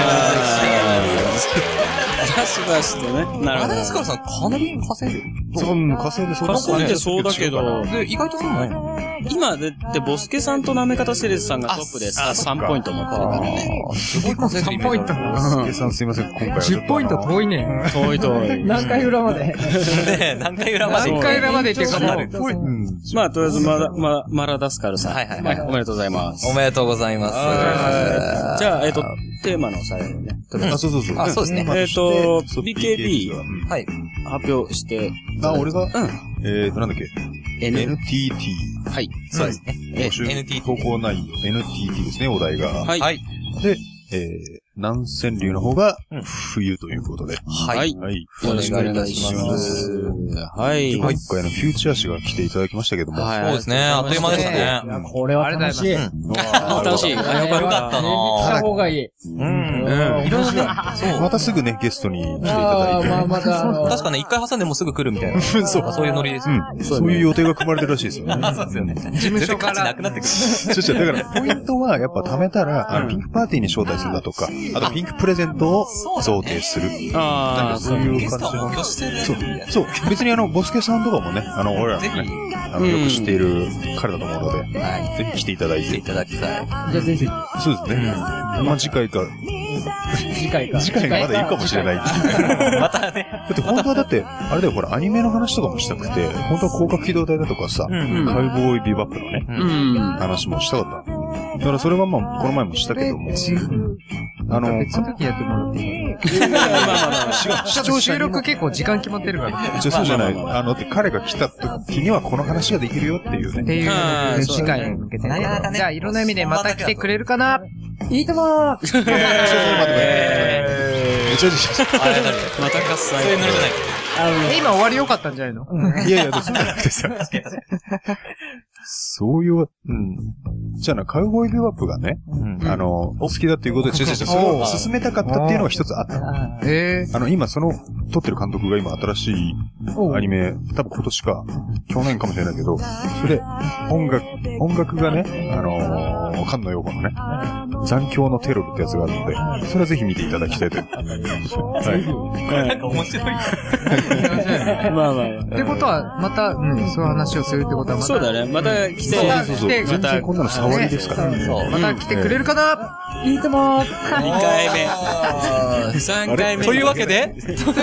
バシバシとね。なるほど。 マラダスカルさん、かなり稼いでる。 そう、稼いでそうだ稼いでそうだけど。 で、意外とそうないの今で、ボスケさんとなめかたセレスさんがトップで3ポイント持ってるからね。 すごい稼いでる。 3ポイント。 ボスケさんすいません、今回は。 10ポイント遠いね。 遠い。 何回裏まで。 ね何回裏まで。 何回裏までっていうかもう。 まあ、とりあえずマラダスカルさん。はい。おめでとうございます。 おめでとうございます。 じゃあ、テーマの最後ね。 あ、そう。 あ、そうですね。 BKB。 はい。 発表して。 あ、俺がなんだっけ ?NTT。 はい。 そうですね。 NTT。投稿内容。NTT ですね、お題が。 はい。 で、南千流の方が、冬ということで。 はい。 よろしくお願いします。はい。 今回フューチャー氏が来ていただきましたけども。 そうですね。あっという間でしたね。 これは楽しい。 楽しい。よかったな。 来た方がいい。 いろんなね、 またすぐね、ゲストに来ていただいて。 また。 確かね、一回挟んでもすぐ来るみたいな。そういうノリです。 そういう予定が組まれてるらしいですよね。 そうですよね。 事務所からなくなってくる。 だから、ポイントはやっぱ貯めたら、ピンクパーティーに招待するだとか、あとピンクプレゼントを贈呈する。なんかそういう感じの。そう。別にボスケさんとかもね、俺らのね、よく知っている彼だと思うので、ぜひ来ていただいて。 来ていただきたい。 じゃあぜひ。 そうですね。まあ次回がまだいるかもしれない。 またね。 だって本当はあれだよ、ほら、アニメの話とかもしたくて、本当は広角機動隊だとかさ、カウボーイビバップのね、話もしたかった。だからそれはまあ、この前もしたけども。 別の時やってもらっていい？収録結構時間決まってるから。 そうじゃない。彼が来た時にはこの話ができるよっていうね。 っていう次回に向けてね。じゃあ、いろんな意味でまた来てくれるかないいともーまた喝采。 今終わり良かったんじゃないの？ いや、そうじゃなくてさ。そういう、じゃあな、カウボーイビバップがね、好きだっていうことで、それを進めたかったっていうのが一つあった。今撮ってる監督が今新しいアニメ、多分今年か、去年かもしれないけど、それで、音楽がね、菅野陽子のね、残響のテロルってやつがあるので、それはぜひ見ていただきたいという。はい。 なんか面白い。 まあ。 ってことは、また、そういう話をするってことはまた。 そうだね。また来て、 全然こんなの触りですから。 また来てくれるかないいともー。 2回目。3回目。 というわけで、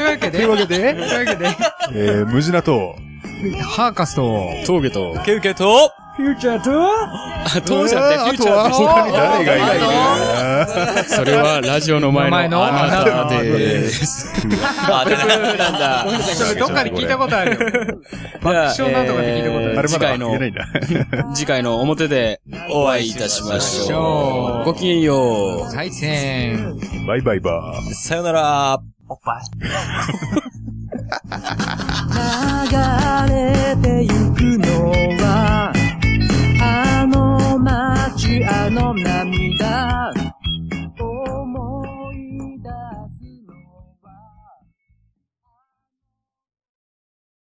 ムジナと、 ハーカスと、 峠と、 ケウケと、 フューチャーと、 当じゃなくてフューチャーと、 誰がいるそれはラジオの前のあなたです。なんだ。 それどっかで聞いたことあるよ。爆笑なんとかで聞いたことある。 次回の表でお会いいたしましょう。ごきげんよう。 再戦。 バイバイバー。 さよなら。おっぱい。 流れてゆくのは